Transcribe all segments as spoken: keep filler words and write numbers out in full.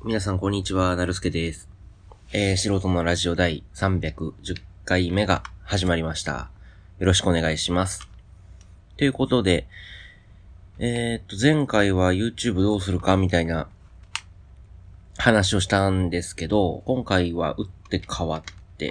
皆さんこんにちは、なるすけです。えー、素人のラジオ第さんびゃくじゅっかいめが始まりました。よろしくお願いします。ということで、えー、っと、前回は YouTube どうするかみたいな話をしたんですけど、今回は打って変わって、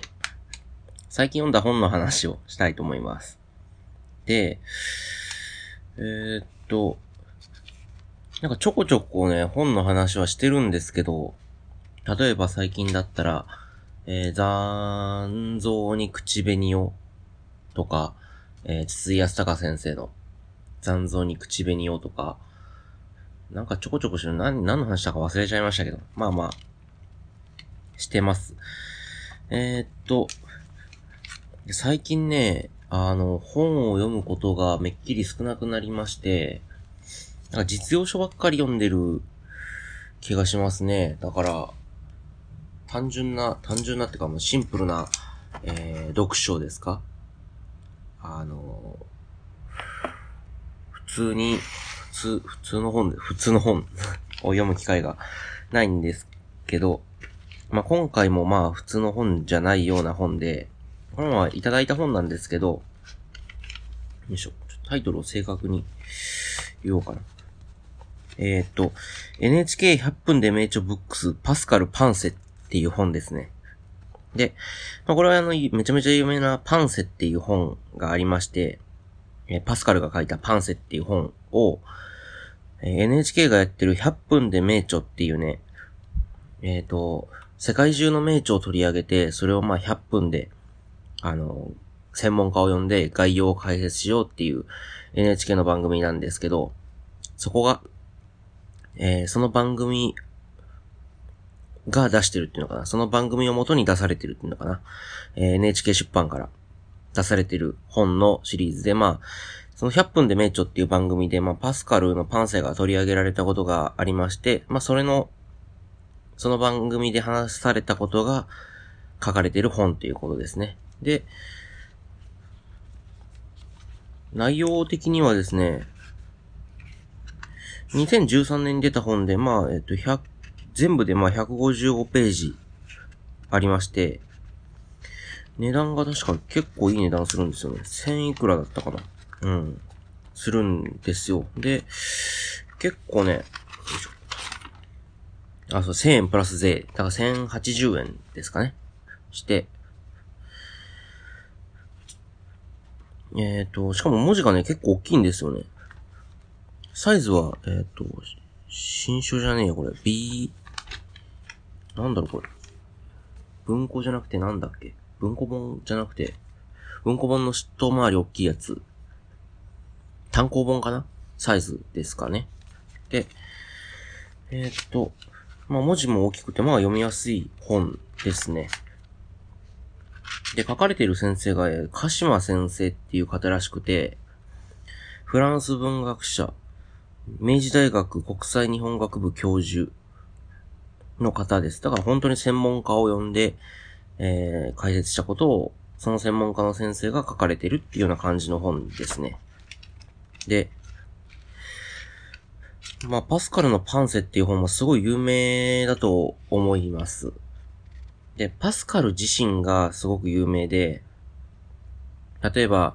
最近読んだ本の話をしたいと思います。で、えー、っと、なんかちょこちょこね、本の話はしてるんですけど、例えば最近だったら、えー、残像に口紅をとか、えー、筒井康隆先生の残像に口紅をとか、なんかちょこちょこしてる、何、何の話したか忘れちゃいましたけど、まあまあ、してます。えー、っと、最近ね、あの、本を読むことがめっきり少なくなりまして、なんか実用書ばっかり読んでる気がしますね。だから、単純な、単純なってかもうシンプルな、えー、読書ですか？あの、普通に、普通、普通の本で、普通の本を読む機会がないんですけど、まあ、今回もまあ普通の本じゃないような本で、このままいただいた本なんですけど、よいしょ、タイトルを正確に言おうかな。えー、っと、エヌエイチケーひゃっぷんで名著ブックスパスカル・パンセっていう本ですね。で、まあ、これはあの、めちゃめちゃ有名なパンセっていう本がありまして、えパスカルが書いたパンセっていう本を、え エヌエイチケー がやってるひゃっぷんで名著っていうね、えっと、世界中の名著を取り上げて、それをまあひゃっぷんで、あの、専門家を呼んで概要を解説しようっていう エヌエイチケー の番組なんですけど、そこが、えー、その番組が出してるっていうのかな。その番組を元に出されてるっていうのかな。えー、エヌエイチケー 出版から出されてる本のシリーズで、まあ、そのひゃっぷんで名著っていう番組で、まあ、パスカルのパンセが取り上げられたことがありまして、まあ、それの、その番組で話されたことが書かれている本ということですね。で、内容的にはですね、にせんじゅうさんねんに出た本で、まあ、えっと、ひゃく、全部でまあひゃくごじゅうごページありまして、値段が確か結構いい値段するんですよね。せんいくらだったかな。うん。するんですよ。で、結構ね、あ、そう、せんえんプラス税。だからせんはちじゅうえんですかね。して、えっと、しかも文字がね、結構大きいんですよね。サイズは、えっと、新書じゃねえよ、これ。B、なんだろう、これ。文庫じゃなくてなんだっけ？文庫本じゃなくて、文庫本の一回り大きいやつ。単行本かな？サイズですかね。で、えー、っと、まあ文字も大きくて、まあ読みやすい本ですね。で、書かれている先生が、鹿島先生っていう方らしくて、フランス文学者、明治大学国際日本学部教授の方です。だから本当に専門家を呼んで、えー、解説したことを、その専門家の先生が書かれているっていうような感じの本ですね。で、まあ、パスカルのパンセっていう本もすごい有名だと思います。で、パスカル自身がすごく有名で、例えば、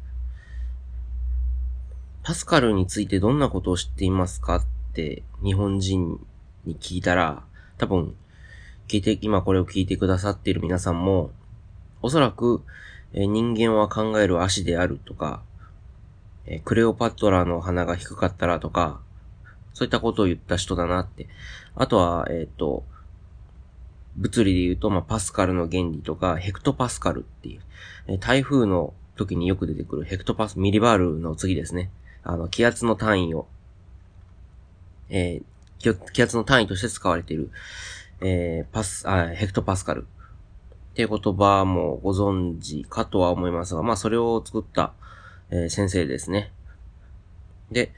パスカルについてどんなことを知っていますかって日本人に聞いたら、多分、聞いて、今これを聞いてくださっている皆さんも、おそらく、えー人間は考える足であるとか、えークレオパトラの鼻が低かったらとか、そういったことを言った人だなって。あとは、えっと、物理で言うと、まあ、パスカルの原理とか、ヘクトパスカルっていう、えー台風の時によく出てくるヘクトパス、ミリバールの次ですね。あの、気圧の単位を、えー気気圧の単位として使われている、えーパス、あ、ヘクトパスカルっていう言葉もご存知かとは思いますが、まあ、それを作った、えー先生ですね。で、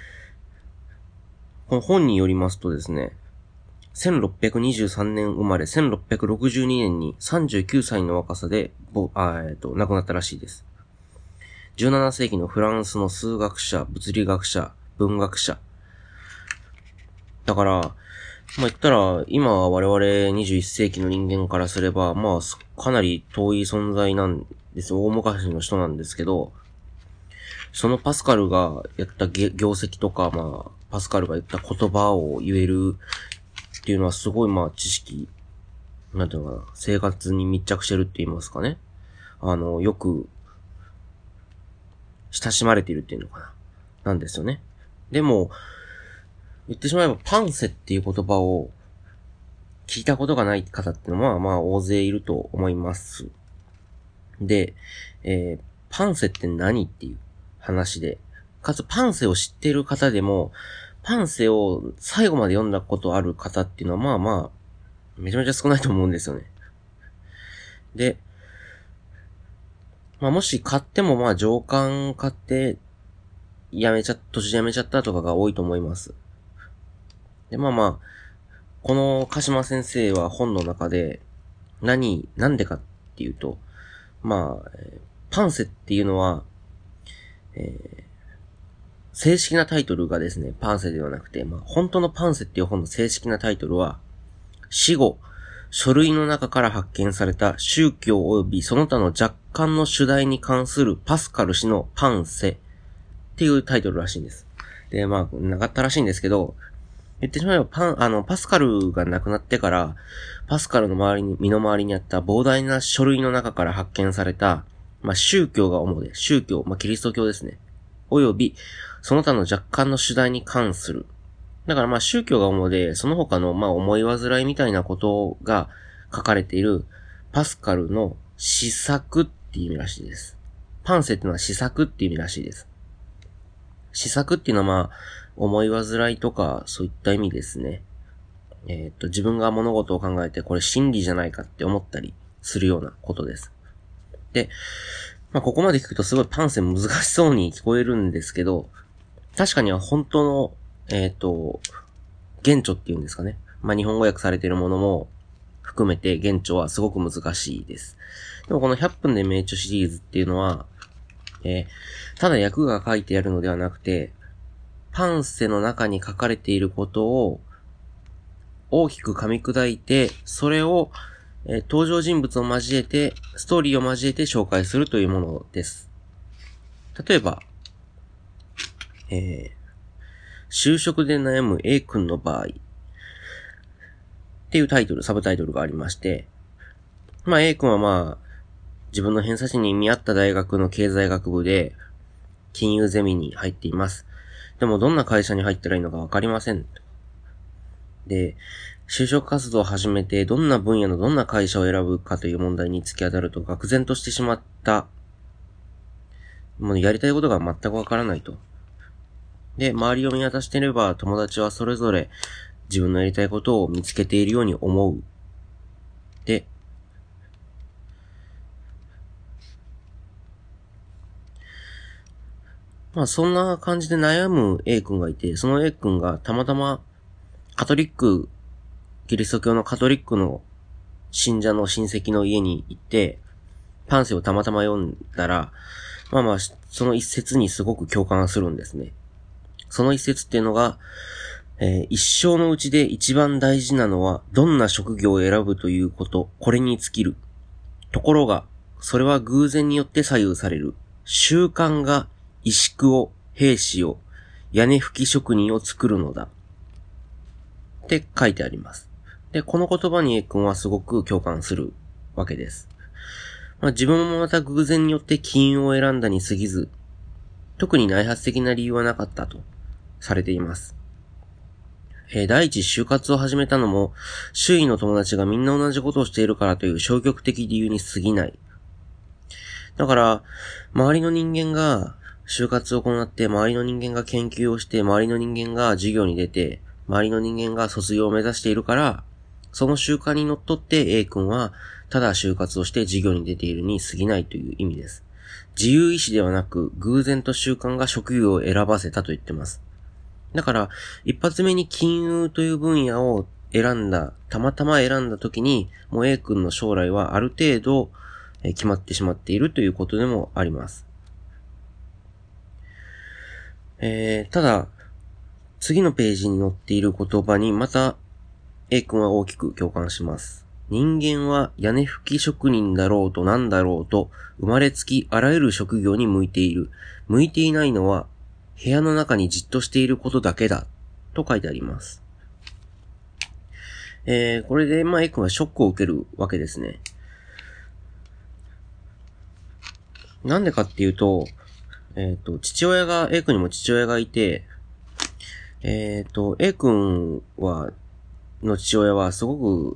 この本によりますとですね、せんろっぴゃくにじゅうさんねん生まれ、せんろっぴゃくろくじゅうにねんにさんじゅうきゅうさいの若さで、ぼ、あ、えっと、亡くなったらしいです。じゅうななせいきのフランスの数学者、物理学者、文学者。だから、 まあ言ったら、今は我々にじゅういっ世紀の人間からすれば、まあ、かなり遠い存在なんです。大昔の人なんですけど、そのパスカルがやった業績とか、まあ、パスカルが言った言葉を言えるっていうのはすごいまあ知識、なんていうのかな、生活に密着してるって言いますかね。あの、よく、親しまれているっていうのかな。なんですよね。でも、言ってしまえばパンセっていう言葉を聞いたことがない方っていうのはまあ大勢いると思います。で、えー、パンセって何っていう話で、かつパンセを知っている方でも、パンセを最後まで読んだことある方っていうのはまあまあ、めちゃめちゃ少ないと思うんですよね。で、まあもし買ってもまあ上巻買ってやめちゃ、途中でやめちゃったとかが多いと思います。で、まあまあ、この鹿島先生は本の中で何、なんでかっていうと、まあ、パンセっていうのは、えー、正式なタイトルがですね、パンセではなくて、まあ、本当のパンセっていう本の正式なタイトルは、死後、書類の中から発見された宗教及びその他の若干の主題に関するパスカル氏のパンセっていうタイトルらしいんです。で、まあ、なかったらしいんですけど、言ってしまえばパン、あの、パスカルが亡くなってから、パスカルの周りに、身の回りにあった膨大な書類の中から発見された、まあ、宗教が主で、宗教、まあ、キリスト教ですね。および、その他の若干の主題に関する。だからまあ、宗教が主で、その他のまあ、思い煩いみたいなことが書かれている、パスカルの思索っていう意味らしいです。パンセっていうのは思索っていう意味らしいです。思索っていうのはまあ、思い煩いとか、そういった意味ですね。えっと、自分が物事を考えて、これ真理じゃないかって思ったりするようなことです。で、まあ、ここまで聞くとすごいパンセ難しそうに聞こえるんですけど、確かには本当の、えっと、原著っていうんですかね。まあ、日本語訳されているものも含めて原著はすごく難しいです。でもこのひゃっぷんで名著シリーズっていうのは、えー、ただ訳が書いてあるのではなくて、パンセの中に書かれていることを大きく噛み砕いて、それを、えー、登場人物を交えて、ストーリーを交えて紹介するというものです。例えば、えー、就職で悩む A 君の場合っていうタイトル、サブタイトルがありまして、まあ A 君はまあ、自分の偏差値に見合った大学の経済学部で、金融ゼミに入っています。でもどんな会社に入ったらいいのかわかりません。で、就職活動を始めてどんな分野のどんな会社を選ぶかという問題に突き当たると愕然としてしまった。もうやりたいことが全くわからないと。で、周りを見渡していれば友達はそれぞれ自分のやりたいことを見つけているように思う。で、まあそんな感じで悩む A 君がいて、その A 君がたまたまカトリック、キリスト教のカトリックの信者の親戚の家に行って、パンセをたまたま読んだら、まあまあ、その一節にすごく共感するんですね。その一節っていうのが、えー、一生のうちで一番大事なのは、どんな職業を選ぶということ、これに尽きる。ところが、それは偶然によって左右される。習慣が石工を、兵士を、屋根葺き職人を作るのだ。って書いてあります。で、この言葉に A 君はすごく共感するわけです。まあ、自分もまた偶然によって金運を選んだに過ぎず、特に内発的な理由はなかったとされています。えー、第一就活を始めたのも、周囲の友達がみんな同じことをしているからという消極的理由に過ぎない。だから、周りの人間が就活を行って、周りの人間が研究をして、周りの人間が授業に出て、周りの人間が卒業を目指しているから、その習慣にのっとって A 君は、ただ就活をして授業に出ているに過ぎないという意味です。自由意志ではなく、偶然と習慣が職業を選ばせたと言ってます。だから、一発目に金融という分野を選んだ、たまたま選んだ時に、もう A 君の将来はある程度決まってしまっているということでもあります。えー、ただ、次のページに載っている言葉にまた A 君は大きく共感します。人間は屋根拭き職人だろうとなんだろうと生まれつきあらゆる職業に向いている。向いていないのは部屋の中にじっとしていることだけだと書いてあります。えー、これでまあ A 君はショックを受けるわけですね。なんでかっていうと、えっと、父親が、A 君にも父親がいて、えっと、A 君は、の父親はすごく、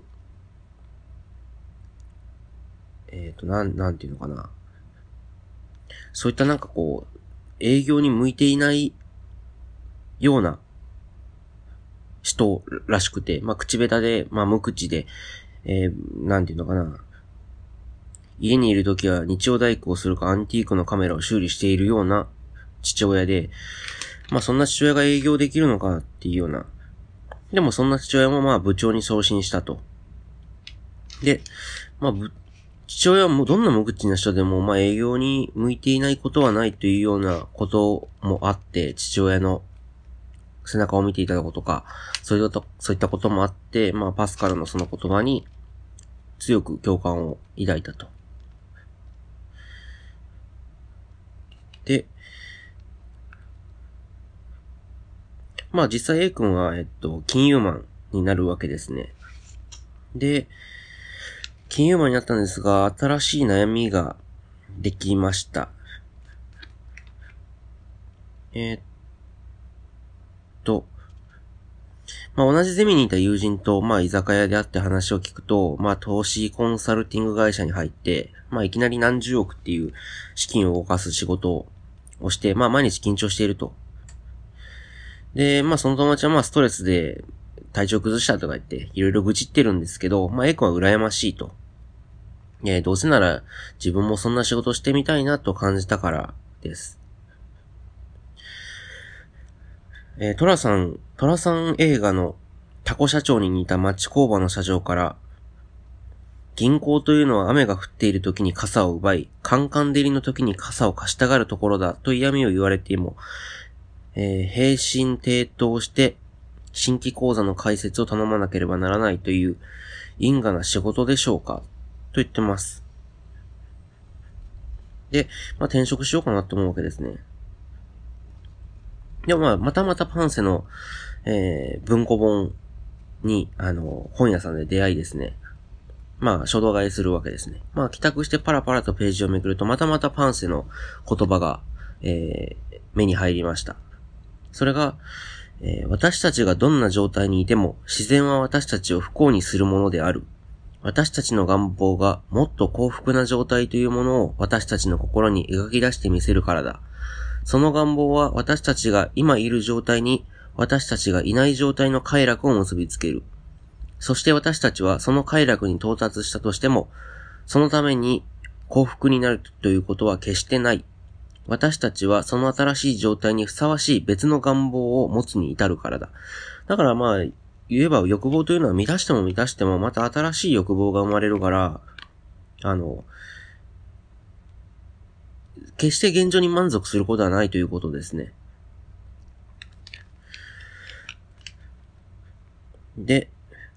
えっと、なん、なんていうのかな。そういったなんかこう、営業に向いていないような人らしくて、まあ、口下手で、まあ、無口で、えー、なんていうのかな。家にいるときは日曜大工をするかアンティークのカメラを修理しているような父親で、まあそんな父親が営業できるのかっていうような。でもそんな父親もまあ部長に送信したと。で、まあ父親はもうどんな無口な人でもまあ営業に向いていないことはないというようなこともあって、父親の背中を見ていたことか、そういった、そういったこともあって、まあパスカルのその言葉に強く共感を抱いたと。で、まあ実際 A 君は、えっと、金融マンになるわけですね。で、金融マンになったんですが、新しい悩みができました。えー、っと、まあ同じゼミにいた友人と、まあ居酒屋で会って話を聞くと、まあ投資コンサルティング会社に入って、まあいきなり何十億っていう資金を動かす仕事をして、まあ毎日緊張していると。で、まあその友達はまあストレスで体調崩したとか言って、いろいろ愚痴ってるんですけど、まあ A 君は羨ましいと。えー、どうせなら自分もそんな仕事してみたいなと感じたからです。えー、トラさん、トラさん映画のタコ社長に似た町工場の社長から、銀行というのは雨が降っている時に傘を奪い、カンカン照りの時に傘を貸したがるところだと嫌味を言われても、えー、平身低頭して新規講座の開設を頼まなければならないという因果な仕事でしょうかと言ってます。で、まあ、転職しようかなと思うわけですね。でもまあ、またまたパンセの、えー、文庫本に、あの、本屋さんで出会いですね。まあ、衝動買いするわけですね。まあ、帰宅してパラパラとページをめくると、またまたパンセの言葉が、えー、目に入りました。それが、えー、私たちがどんな状態にいても、自然は私たちを不幸にするものである。私たちの願望がもっと幸福な状態というものを私たちの心に描き出してみせるからだ。その願望は私たちが今いる状態に私たちがいない状態の快楽を結びつける。そして私たちはその快楽に到達したとしても、そのために幸福になるということは決してない。私たちはその新しい状態にふさわしい別の願望を持つに至るからだ。だからまあ、言えば欲望というのは満たしても満たしてもまた新しい欲望が生まれるから、あの、決して現状に満足することはないということですね。で、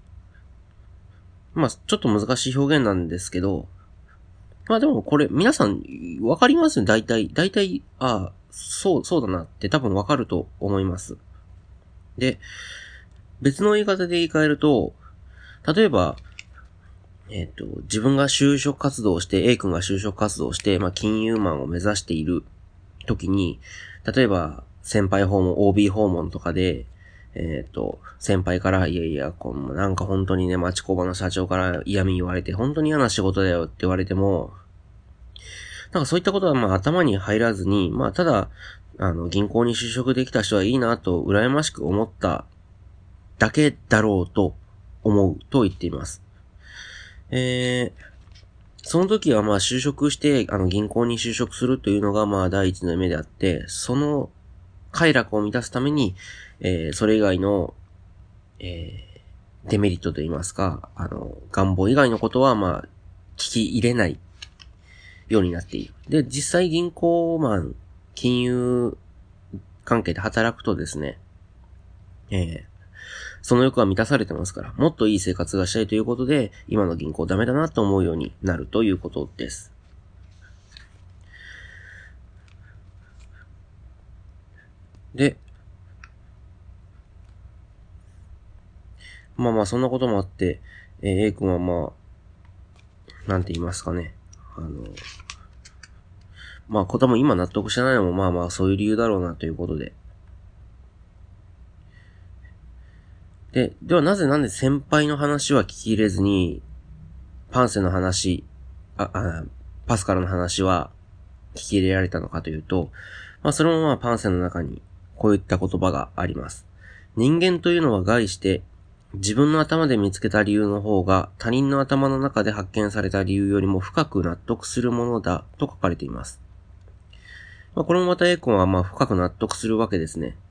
まあ、ちょっと難しい表現なんですけど、まあでもこれ皆さんわかりますよ、大体。大体、ああ、そう、そうだなって多分わかると思います。で、別の言い方で言い換えると、例えば、えっと、自分が就職活動をして、A 君が就職活動をして、まあ、金融マンを目指している時に、例えば、先輩訪問、オービー 訪問とかで、えっと、先輩から、いやいや、このなんか本当にね、町工場の社長から嫌味言われて、本当に嫌な仕事だよって言われても、なんかそういったことはまあ頭に入らずに、まあただ、あの、銀行に就職できた人はいいなと羨ましく思っただけだろうと思うと言っています。えー、その時はまあ就職して、あの銀行に就職するというのがまあ第一の夢であって、その快楽を満たすために、えー、それ以外の、えー、デメリットといいますか、あの、願望以外のことはまあ、聞き入れないようになっている。で、実際銀行マン、金融関係で働くとですね、えー、 その欲は満たされてますから、もっといい生活がしたいということで、今の銀行ダメだなと思うようになるということです。で、まあまあそんなこともあって、えー、A 君はまあ、なんて言いますかね。あの、まあ、子供今納得してないのもまあまあそういう理由だろうなということで。で、ではなぜなんで先輩の話は聞き入れずに、パンセの話、あ、あ、パスカルの話は聞き入れられたのかというと、まあそれもまあパンセの中にこういった言葉があります。人間というのは概して自分の頭で見つけた理由の方が他人の頭の中で発見された理由よりも深く納得するものだと書かれています。まあ、これもまたエイコンはまあ深く納得するわけですね。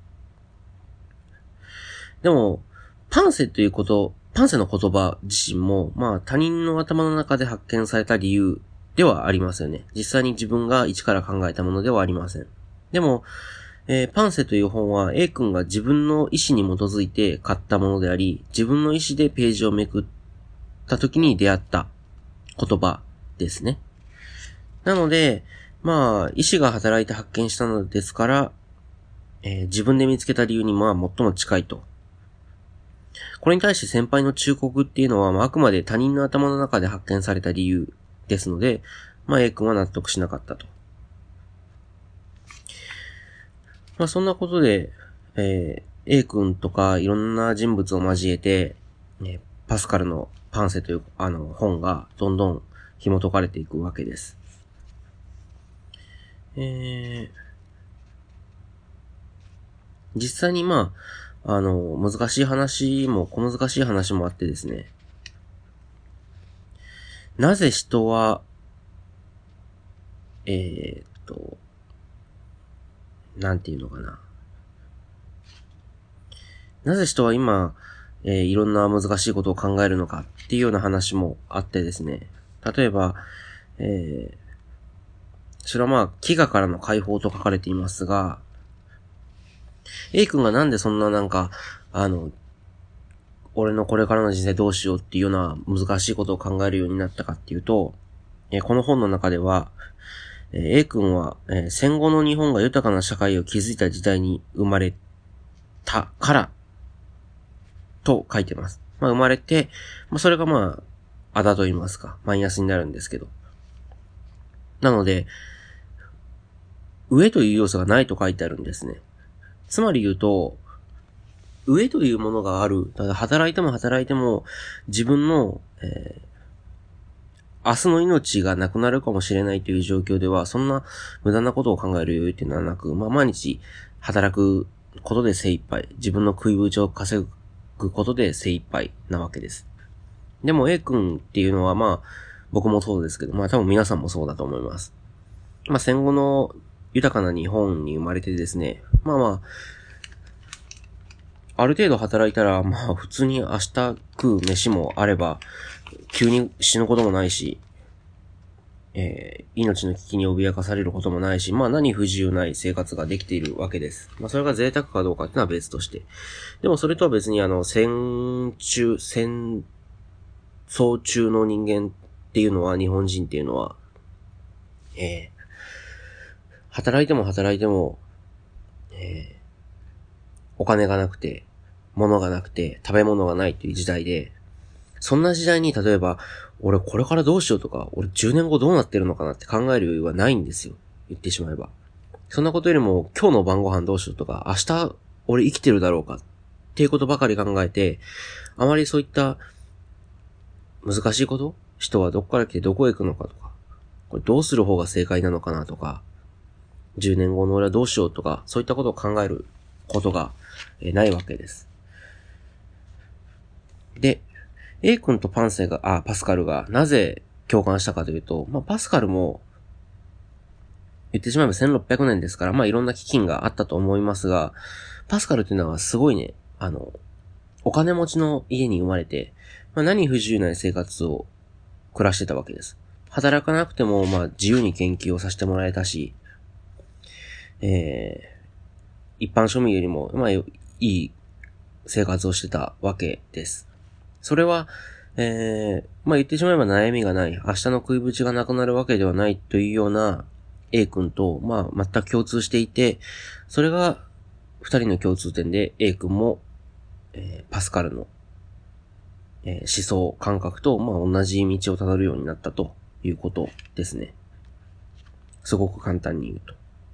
でも、パンセということ、パンセの言葉自身も、まあ他人の頭の中で発見された理由ではありますよね。実際に自分が一から考えたものではありません。でも、えー、パンセという本は A 君が自分の意思に基づいて買ったものであり、自分の意思でページをめくった時に出会った言葉ですね。なので、まあ、意思が働いて発見したのですから、えー、自分で見つけた理由にまあ最も近いと。これに対して先輩の忠告っていうのは、まあ、あくまで他人の頭の中で発見された理由ですので、まあ A 君は納得しなかったと。まあそんなことで、えー、A 君とかいろんな人物を交えて、ね、パスカルのパンセというあの本がどんどん紐解かれていくわけです。えー、実際にまあ、あの、難しい話も、小難しい話もあってですね。なぜ人は、えー、っと、なんていうのかな。なぜ人は今、えー、いろんな難しいことを考えるのかっていうような話もあってですね。例えば、えー、それはまあ、飢餓からの解放と書かれていますが、A 君がなんでそんななんか、あの、俺のこれからの人生どうしようっていうような難しいことを考えるようになったかっていうと、えー、この本の中では、えー、A 君は、えー、戦後の日本が豊かな社会を築いた時代に生まれたからと書いてます。まあ生まれて、まあそれがまあ、あだと言いますか、マイナスになるんですけど。なので、上という要素がないと書いてあるんですね。つまり言うと、上というものがある。ただ働いても働いても、自分の、えー、明日の命がなくなるかもしれないという状況では、そんな無駄なことを考える余裕っていうのはなく、まあ毎日働くことで精一杯、自分の食いぶちを稼ぐことで精一杯なわけです。でも A 君っていうのはまあ、僕もそうですけど、まあ多分皆さんもそうだと思います。まあ戦後の豊かな日本に生まれてですね、まあまあ、ある程度働いたら、まあ普通に明日食う飯もあれば、急に死ぬこともないし、えー、命の危機に脅かされることもないし、まあ何不自由ない生活ができているわけです。まあそれが贅沢かどうかっていうのは別として。でもそれとは別にあの、戦中、戦争中の人間っていうのは、日本人っていうのは、えー、働いても働いても、えー、お金がなくて、物がなくて、食べ物がないっていう時代で、そんな時代に例えば、俺これからどうしようとか、俺じゅうねんごどうなってるのかなって考える余裕はないんですよ。言ってしまえば。そんなことよりも、今日の晩ご飯どうしようとか、明日俺生きてるだろうかっていうことばかり考えて、あまりそういった難しいこと人はどこから来てどこへ行くのかとか、これどうする方が正解なのかなとか、じゅうねんごの俺はどうしようとか、そういったことを考えることがないわけです。で、A 君とパンセが、あ、パスカルがなぜ共感したかというと、まあパスカルも言ってしまえばせんろっぴゃくねんですから、まあいろんな飢饉があったと思いますが、パスカルというのはすごいね、あの、お金持ちの家に生まれて、まあ何不自由ない生活を暮らしてたわけです。働かなくても、まあ自由に研究をさせてもらえたし、えー、一般庶民よりも、まあいい生活をしてたわけです。それは、えー、まあ言ってしまえば悩みがない、明日の食いぶちがなくなるわけではないというような A 君と、まあ全く共通していて、それが二人の共通点で A 君も、えー、パスカルの、えー、思想、感覚と、まあ同じ道をたどるようになったということですね。すごく簡単に言うと。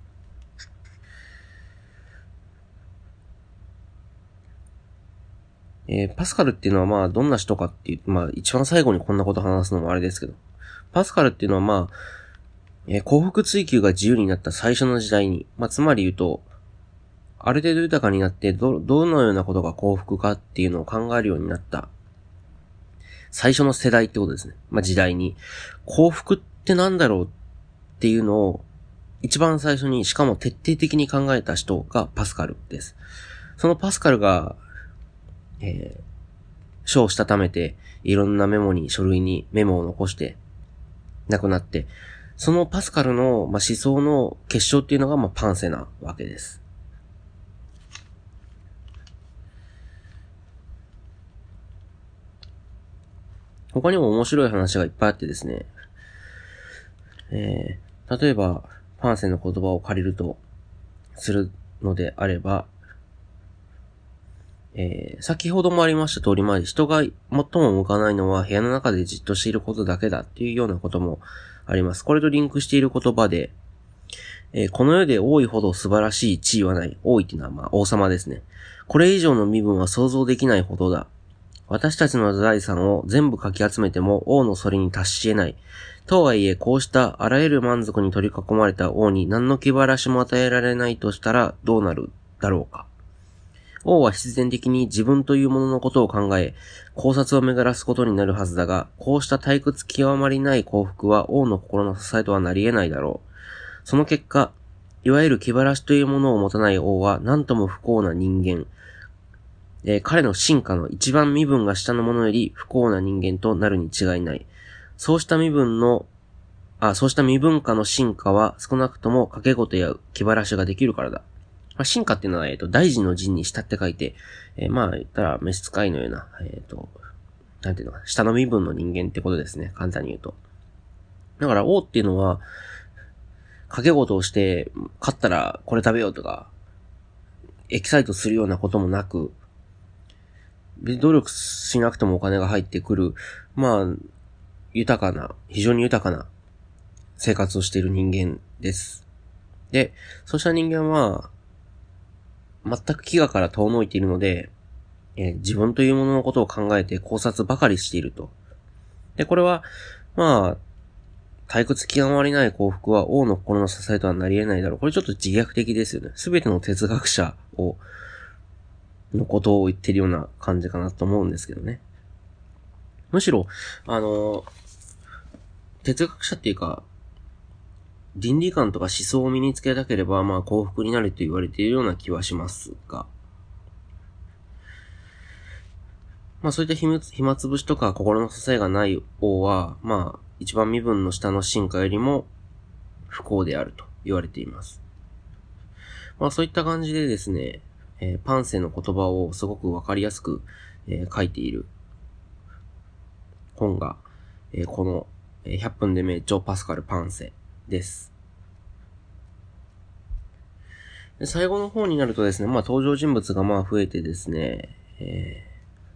えー、パスカルっていうのはまあどんな人かっていう、まあ一番最後にこんなこと話すのもあれですけど、パスカルっていうのはまあ、えー、幸福追求が自由になった最初の時代に、まあつまり言うと、ある程度豊かになってど、どのようなことが幸福かっていうのを考えるようになった最初の世代ってことですね。まあ時代に。幸福ってなんだろうっていうのを一番最初にしかも徹底的に考えた人がパスカルです。そのパスカルが、えー、書をしたためて、いろんなメモに、書類にメモを残して、亡くなって、そのパスカルの、まあ、思想の結晶っていうのが、まあ、パンセなわけです。他にも面白い話がいっぱいあってですね、えー、例えば、パンセの言葉を借りると、するのであれば、えー、先ほどもありました通り前、人が最も向かないのは部屋の中でじっとしていることだけだっていうようなこともあります。これとリンクしている言葉で、えー、この世で多いほど素晴らしい地位はない。多いっていうのはまあ王様ですね。これ以上の身分は想像できないほどだ。私たちの財産を全部かき集めても王のそれに達し得ない。とはいえ、こうしたあらゆる満足に取り囲まれた王に何の気晴らしも与えられないとしたらどうなるだろうか。王は必然的に自分というもののことを考え、考察を巡らすことになるはずだが、こうした退屈極まりない幸福は王の心の支えとはなり得ないだろう。その結果、いわゆる気晴らしというものを持たない王は何とも不幸な人間、えー、彼の進化の一番身分が下のものより不幸な人間となるに違いない。そうした身分の、あ、そうした未文化の進化は少なくとも掛け事や気晴らしができるからだ。まあ、進化っていうのは、えっと、大臣の陣に下って書いて、えー、まあ、言ったら召使いのような、えっと、なんていうのかな、下の身分の人間ってことですね。簡単に言うと。だから王っていうのは、掛け事をして、勝ったらこれ食べようとか、エキサイトするようなこともなく、努力しなくてもお金が入ってくる、まあ、豊かな、非常に豊かな生活をしている人間です。で、そうした人間は、全く飢餓から遠のいているので、えー、自分というもののことを考えて考察ばかりしていると。で、これは、まあ、退屈極まりない幸福は王の心の支えとはなり得ないだろう。これちょっと自虐的ですよね。すべての哲学者を、のことを言ってるような感じかなと思うんですけどね。むしろ、あの、哲学者っていうか、倫理観とか思想を身につけたければ、まあ幸福になると言われているような気はしますが。まあそういった暇つ、暇つぶしとか心の支えがない王は、まあ一番身分の下の進化よりも不幸であると言われています。まあそういった感じでですね、えー、パンセの言葉をすごくわかりやすく、えー、書いている本が、えー、このひゃっぷんで名著パスカル・パンセです。で最後の方になるとですね、まあ登場人物がまあ増えてですね、え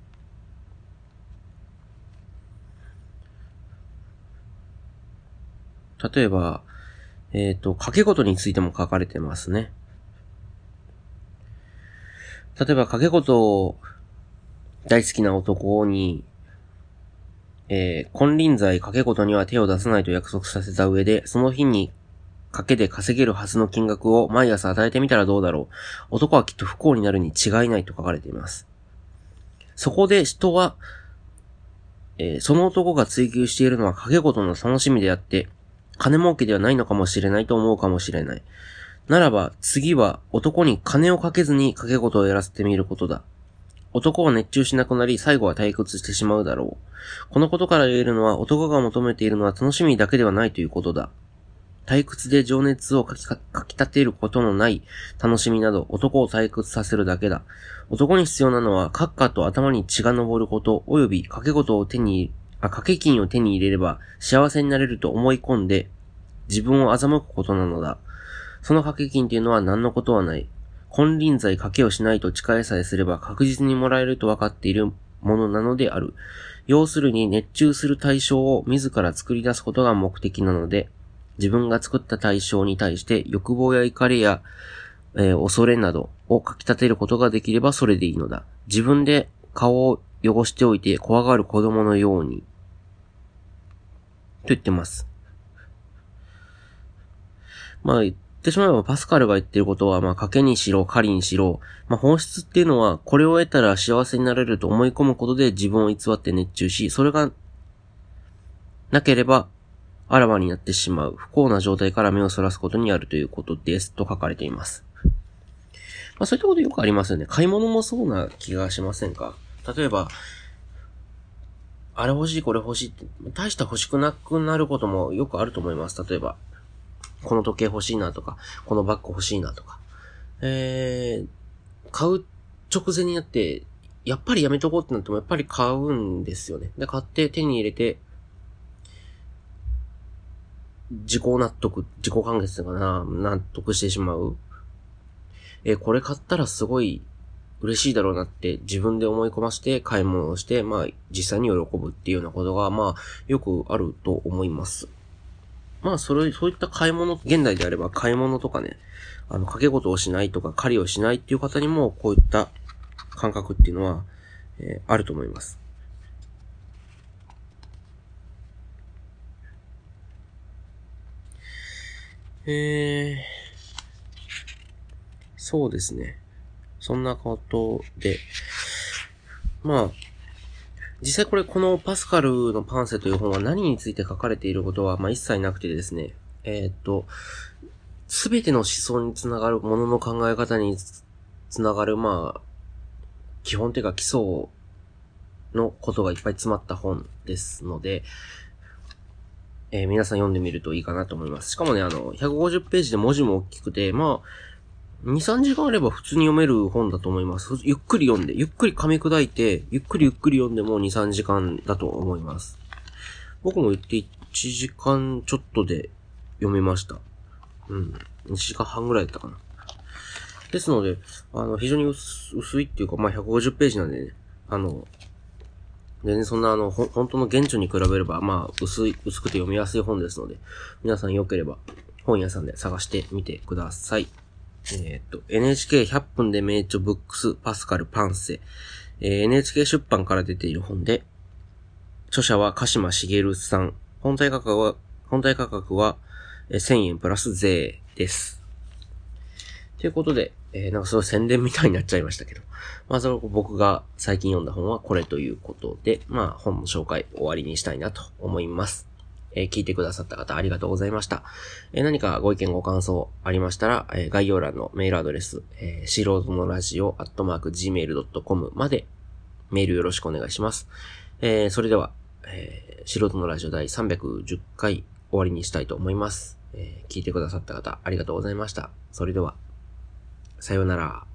ー、例えば、えっと、掛け事についても書かれてますね。例えば掛け事大好きな男に、えー、金輪際掛け事には手を出さないと約束させた上で、その日に賭けで稼げるはずの金額を毎朝与えてみたらどうだろう。男はきっと不幸になるに違いないと書かれています。そこで人は、えー、その男が追求しているのは賭け事の楽しみであって、金儲けではないのかもしれないと思うかもしれない。ならば、次は男に金をかけずに賭け事をやらせてみることだ。男は熱中しなくなり、最後は退屈してしまうだろう。このことから言えるのは、男が求めているのは楽しみだけではないということだ。 退屈で情熱をかきかかき立てることのない楽しみなど、男を退屈させるだけだ。男に必要なのは、閣下と頭に血が昇ること、及び掛け事を手に、あ、掛け金を手に入れれば、幸せになれると思い込んで、自分を欺くことなのだ。その掛け金っていうのは何のことはない。金輪際賭けをしないと誓いさえすれば確実にもらえると分かっているものなのである。要するに熱中する対象を自ら作り出すことが目的なので、自分が作った対象に対して欲望や怒りや、えー、恐れなどをかき立てることができればそれでいいのだ。自分で顔を汚しておいて怖がる子供のように。と言ってます。まあ言ってしまえばパスカルが言ってることは、まあ賭けにしろ、狩りにしろ、まあ本質っていうのはこれを得たら幸せになれると思い込むことで自分を偽って熱中し、それがなければあらわになってしまう不幸な状態から目をそらすことにあるということですと書かれています。まあそういったことよくありますよね。買い物もそうな気がしませんか？例えば、あれ欲しいこれ欲しいって、大した欲しくなくなることもよくあると思います。例えば、この時計欲しいなとか、このバッグ欲しいなとか。えー、買う直前になって、やっぱりやめとこうってなってもやっぱり買うんですよね。で、買って手に入れて、自己納得、自己完結かな、納得してしまう。えー、これ買ったらすごい嬉しいだろうなって自分で思い込ませて買い物をして、まあ実際に喜ぶっていうようなことが、まあよくあると思います。まあそれ、そういった買い物、現代であれば買い物とかね、あの、掛け事をしないとか狩りをしないっていう方にもこういった感覚っていうのは、えー、あると思います。えー、そうですね。そんなことで、まあ、実際これこのパスカルのパンセという本は何について書かれていることは、まあ一切なくてですね、えー、っと、すべての思想につながるものの考え方につながる、まあ、基本というか基礎のことがいっぱい詰まった本ですので、えー、皆さん読んでみるといいかなと思います。しかもね、あの、ひゃくごじゅうページで文字も大きくて、まあ、に、さんじかんあれば普通に読める本だと思います。ゆっくり読んで、ゆっくり噛み砕いて、ゆっくりゆっくり読んでもに、さんじかんだと思います。僕も言っていちじかんちょっとで読めました。うん。にじかんはんぐらいだったかな。ですので、あの、非常に 薄, 薄いっていうか、まあ、ひゃくごじゅうページなんでね、あの、全然そんなあの、ほ、本当の原著に比べれば、まあ、薄い、薄くて読みやすい本ですので、皆さん良ければ、本屋さんで探してみてください。えっと、エヌエイチケーひゃっぷんで名著ブックスパスカルパンセ、えー、エヌエイチケー 出版から出ている本で、著者は鹿島茂さん、本体価格は、本体価格はせんえんプラス税です。ということで、えー、なんかすごい宣伝みたいになっちゃいましたけど。まあ、その僕が最近読んだ本はこれということで、まあ、本の紹介終わりにしたいなと思います。えー、聞いてくださった方ありがとうございました。えー、何かご意見ご感想ありましたら、えー、概要欄のメールアドレス、えー、素人のラジオアットマーク ジーメールドットコム までメールよろしくお願いします。えー、それでは、えー、素人のラジオ第さんびゃくじゅっかい終わりにしたいと思います。えー、聞いてくださった方ありがとうございました。それでは、さようなら。